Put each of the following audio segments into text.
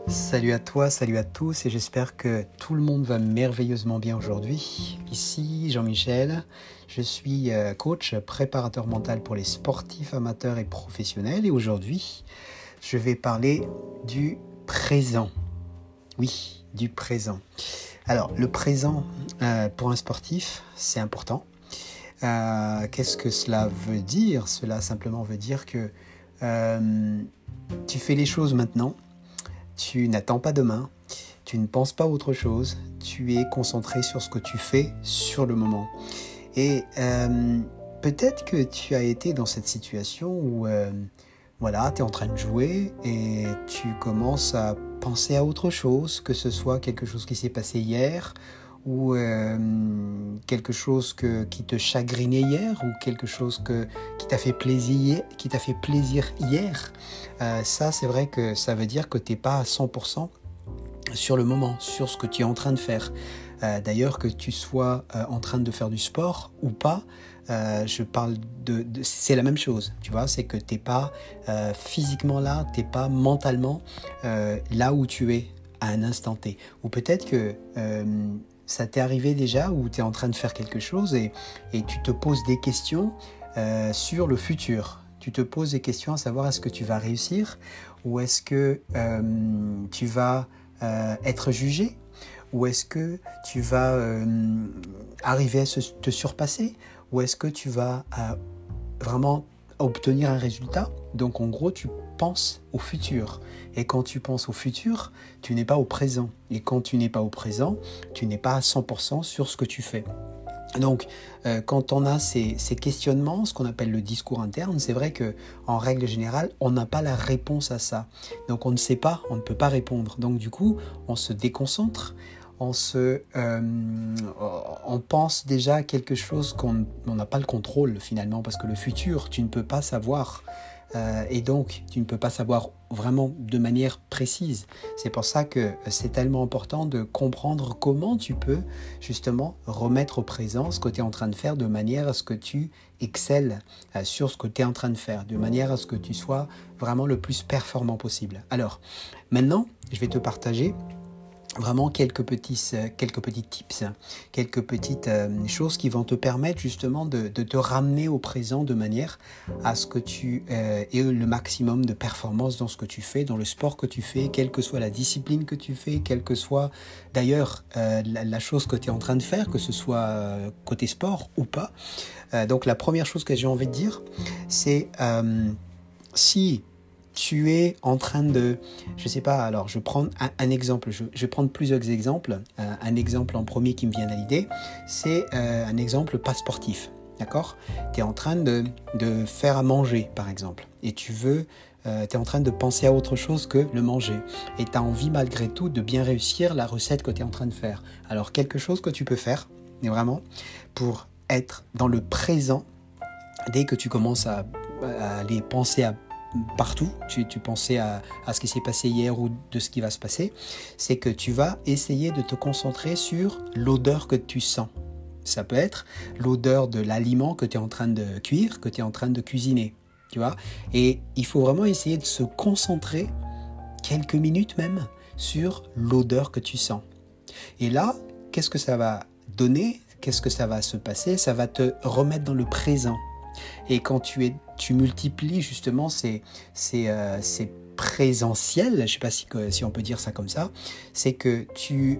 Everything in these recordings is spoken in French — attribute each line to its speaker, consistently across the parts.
Speaker 1: Salut à toi, salut à tous et j'espère que tout le monde va merveilleusement bien aujourd'hui. Ici Jean-Michel, je suis coach, préparateur mental pour les sportifs amateurs et professionnels et aujourd'hui je vais parler du présent. Oui, du présent. Alors le présent pour un sportif c'est important. Qu'est-ce que cela veut dire? Cela simplement veut dire que tu fais les choses maintenant. Tu n'attends pas demain, tu ne penses pas à autre chose, tu es concentré sur ce que tu fais sur le moment. Et peut-être que tu as été dans cette situation où tu es en train de jouer et tu commences à penser à autre chose, que ce soit quelque chose qui s'est passé hier ou quelque chose qui te chagrinait hier ou quelque chose qui t'a fait plaisir hier. Ça, c'est vrai que ça veut dire que tu n'es pas à 100% sur le moment, sur ce que tu es en train de faire. D'ailleurs, que tu sois en train de faire du sport ou pas, je parle c'est la même chose, tu vois, c'est que tu n'es pas physiquement là, tu n'es pas mentalement là où tu es à un instant T. Ou peut-être que ça t'est arrivé déjà où tu es en train de faire quelque chose et tu te poses des questions sur le futur. Tu te poses des questions à savoir est-ce que tu vas réussir ou est-ce que tu vas être jugé ou est-ce que tu vas arriver à te surpasser ou est-ce que tu vas vraiment obtenir un résultat. Donc en gros, tu penses au futur. Et quand tu penses au futur, tu n'es pas au présent. Et quand tu n'es pas au présent, tu n'es pas à 100% sur ce que tu fais. Donc, quand on a ces questionnements, ce qu'on appelle le discours interne, c'est vrai qu'en règle générale, on n'a pas la réponse à ça. Donc, on ne sait pas, on ne peut pas répondre. Donc, du coup, on se déconcentre, on pense déjà à quelque chose qu'on n'a pas le contrôle finalement, parce que le futur, tu ne peux pas savoir. Et donc, tu ne peux pas savoir vraiment de manière précise. C'est pour ça que c'est tellement important de comprendre comment tu peux justement remettre au présent ce que tu es en train de faire de manière à ce que tu excelles sur ce que tu es en train de faire, de manière à ce que tu sois vraiment le plus performant possible. Alors, maintenant, je vais te partager vraiment quelques petits tips, quelques petites choses qui vont te permettre justement de te ramener au présent de manière à ce que tu aies le maximum de performance dans ce que tu fais, dans le sport que tu fais, quelle que soit la discipline que tu fais, quelle que soit d'ailleurs la chose que tu es en train de faire, que ce soit côté sport ou pas. Donc la première chose que j'ai envie de dire, c'est si tu es en train de, je sais pas, alors je prends un exemple, je vais prendre plusieurs exemples. Un exemple en premier qui me vient à l'idée, c'est un exemple pas sportif, d'accord ? Tu es en train de faire à manger, par exemple, et tu es en train de penser à autre chose que le manger, et tu as envie malgré tout de bien réussir la recette que tu es en train de faire. Alors quelque chose que tu peux faire, vraiment, pour être dans le présent, dès que tu commences à aller penser à partout, tu pensais à ce qui s'est passé hier ou de ce qui va se passer, c'est que tu vas essayer de te concentrer sur l'odeur que tu sens. Ça peut être l'odeur de l'aliment que tu es en train de cuire, que tu es en train de cuisiner, tu vois. Et il faut vraiment essayer de se concentrer quelques minutes même sur l'odeur que tu sens. Et là, qu'est-ce que ça va donner? Qu'est-ce que ça va se passer? Ça va te remettre dans le présent. Et quand tu multiplies justement ces présentiels, je ne sais pas si on peut dire ça comme ça, c'est que tu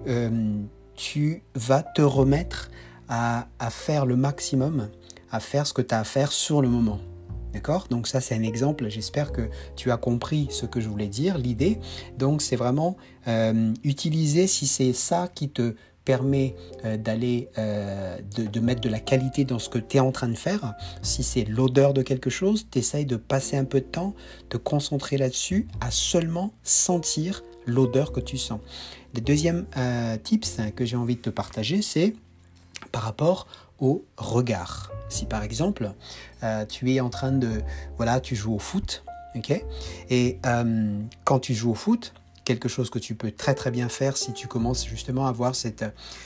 Speaker 1: vas te remettre à faire le maximum, à faire ce que tu as à faire sur le moment. D'accord ? Donc ça, c'est un exemple. J'espère que tu as compris ce que je voulais dire, l'idée. Donc c'est vraiment utiliser, si c'est ça qui te permet d'aller de mettre de la qualité dans ce que tu es en train de faire. Si c'est l'odeur de quelque chose, tu essayes de passer un peu de temps, te concentrer là-dessus, à seulement sentir l'odeur que tu sens. Le deuxième tips que j'ai envie de te partager, c'est par rapport au regard. Si par exemple, tu es en train de... Voilà, tu joues au foot, ok ? Et quand tu joues au foot, quelque chose que tu peux très très bien faire si tu commences justement à avoir cette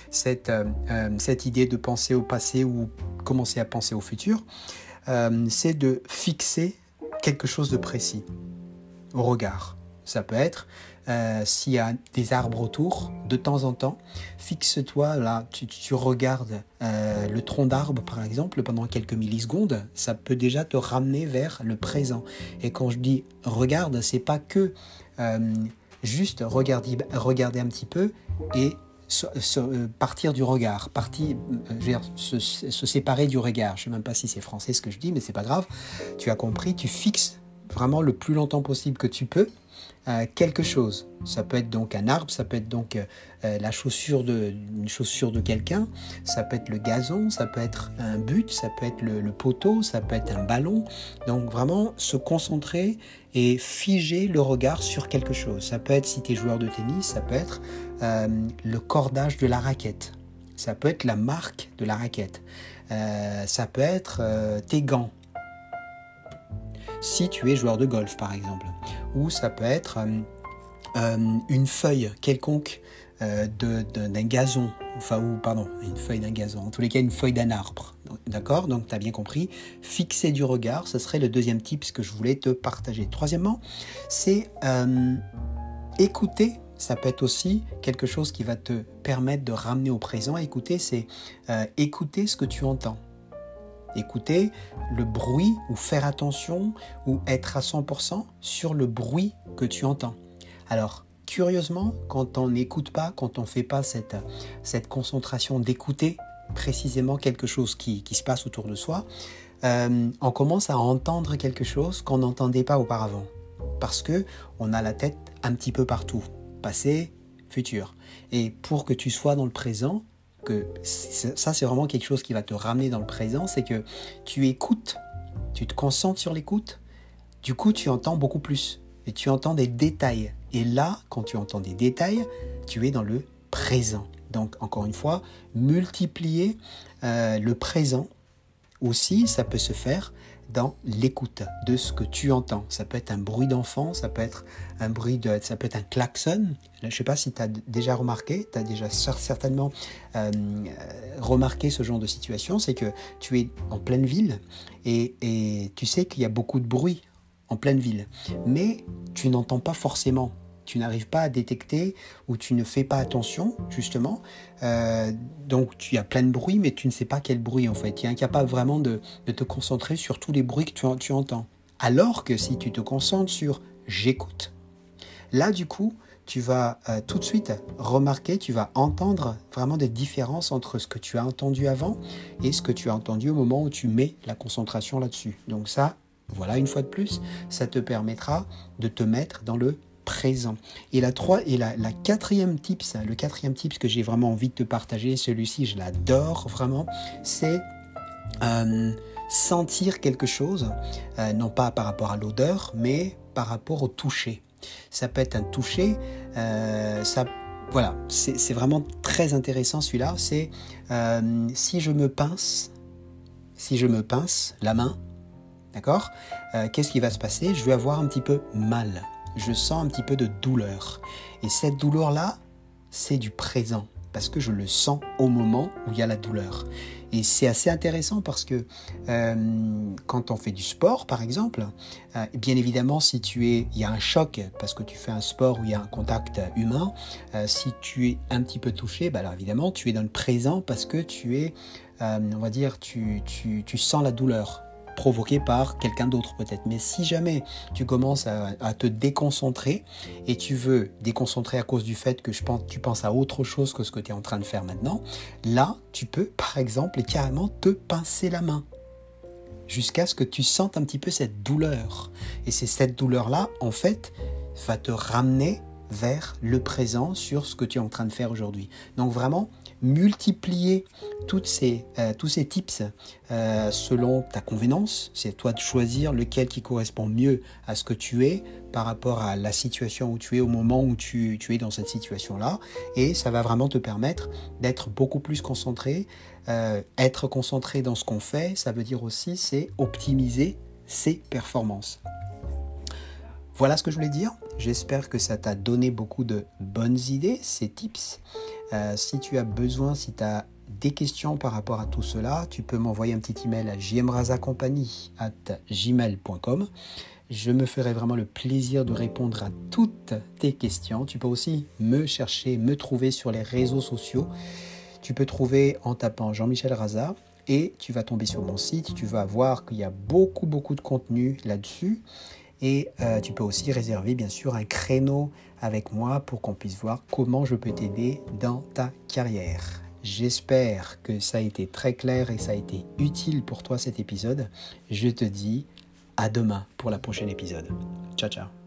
Speaker 1: idée de penser au passé ou commencer à penser au futur, c'est de fixer quelque chose de précis au regard. Ça peut être s'il y a des arbres autour, de temps en temps, fixe-toi là, tu regardes le tronc d'arbre par exemple pendant quelques millisecondes, ça peut déjà te ramener vers le présent. Et quand je dis regarde, c'est pas que juste regarder un petit peu et partir du regard, se séparer du regard. Je ne sais même pas si c'est français ce que je dis, mais c'est pas grave. Tu as compris, tu fixes vraiment le plus longtemps possible que tu peux quelque chose. Ça peut être donc un arbre, ça peut être donc une chaussure de quelqu'un, ça peut être le gazon, ça peut être un but, ça peut être le poteau, ça peut être un ballon. Donc vraiment se concentrer et figer le regard sur quelque chose. Ça peut être, si tu es joueur de tennis, ça peut être le cordage de la raquette. Ça peut être la marque de la raquette. Ça peut être tes gants. Si tu es joueur de golf par exemple, ou ça peut être une feuille quelconque d'un gazon, une feuille d'un gazon, en tous les cas une feuille d'un arbre, d'accord? Donc tu as bien compris, fixer du regard, ce serait le deuxième tip que je voulais te partager. Troisièmement, c'est écouter. Ça peut être aussi quelque chose qui va te permettre de ramener au présent. Écouter, c'est écouter ce que tu entends. Écouter le bruit ou faire attention ou être à 100% sur le bruit que tu entends. Alors, curieusement, quand on n'écoute pas, quand on ne fait pas cette concentration d'écouter précisément quelque chose qui se passe autour de soi, on commence à entendre quelque chose qu'on n'entendait pas auparavant. Parce qu'on a la tête un petit peu partout, passé, futur. Et pour que tu sois dans le présent, ça c'est vraiment quelque chose qui va te ramener dans le présent, c'est que tu écoutes, tu te concentres sur l'écoute, du coup tu entends beaucoup plus et tu entends des détails. Et là, quand tu entends des détails, tu es dans le présent. Donc encore une fois, multiplier le présent aussi, ça peut se faire dans l'écoute de ce que tu entends. Ça peut être un bruit d'enfant, ça peut être ça peut être un klaxon. Je ne sais pas si tu as déjà remarqué, tu as déjà certainement remarqué ce genre de situation, c'est que tu es en pleine ville et tu sais qu'il y a beaucoup de bruit en pleine ville, mais tu n'entends pas forcément. Tu n'arrives pas à détecter ou tu ne fais pas attention, justement. Donc, tu as plein de bruit, mais tu ne sais pas quel bruit, en fait. Tu es incapable vraiment de te concentrer sur tous les bruits que tu entends. Alors que si tu te concentres sur « j'écoute », là, du coup, tu vas tout de suite remarquer, tu vas entendre vraiment des différences entre ce que tu as entendu avant et ce que tu as entendu au moment où tu mets la concentration là-dessus. Donc ça, voilà, une fois de plus, ça te permettra de te mettre dans le présent. Et le quatrième tips que j'ai vraiment envie de te partager, celui-ci je l'adore vraiment, c'est sentir quelque chose, non pas par rapport à l'odeur, mais par rapport au toucher. Ça peut être un toucher, voilà, c'est vraiment très intéressant celui-là, c'est si je me pince la main, d'accord, qu'est-ce qui va se passer? Je vais avoir un petit peu mal. Je sens un petit peu de douleur. Et cette douleur-là, c'est du présent, parce que je le sens au moment où il y a la douleur. Et c'est assez intéressant parce que quand on fait du sport, par exemple, bien évidemment, il y a un choc, parce que tu fais un sport où il y a un contact humain, si tu es un petit peu touché, alors évidemment, tu es dans le présent parce que tu es, on va dire, tu sens la douleur provoqué par quelqu'un d'autre peut-être. Mais si jamais tu commences à te déconcentrer et tu veux déconcentrer à cause du fait que tu penses à autre chose que ce que tu es en train de faire maintenant, là, tu peux par exemple et carrément te pincer la main jusqu'à ce que tu sentes un petit peu cette douleur. Et c'est cette douleur-là, en fait, va te ramener vers le présent sur ce que tu es en train de faire aujourd'hui. Donc vraiment, multiplier tous ces tips selon ta convenance. C'est toi de choisir lequel qui correspond mieux à ce que tu es par rapport à la situation où tu es au moment où tu es dans cette situation-là. Et ça va vraiment te permettre d'être beaucoup plus concentré. Être concentré dans ce qu'on fait, ça veut dire aussi c'est optimiser ses performances. Voilà ce que je voulais dire. J'espère que ça t'a donné beaucoup de bonnes idées, ces tips. Si tu as besoin, si tu as des questions par rapport à tout cela, tu peux m'envoyer un petit email à jmrazacompagnie@gmail.com. Je me ferai vraiment le plaisir de répondre à toutes tes questions. Tu peux aussi me chercher, me trouver sur les réseaux sociaux. Tu peux trouver en tapant Jean-Michel Raza et tu vas tomber sur mon site. Tu vas voir qu'il y a beaucoup de contenu là-dessus. Et tu peux aussi réserver bien sûr un créneau avec moi pour qu'on puisse voir comment je peux t'aider dans ta carrière. J'espère que ça a été très clair et ça a été utile pour toi cet épisode. Je te dis à demain pour le prochain épisode. Ciao, ciao.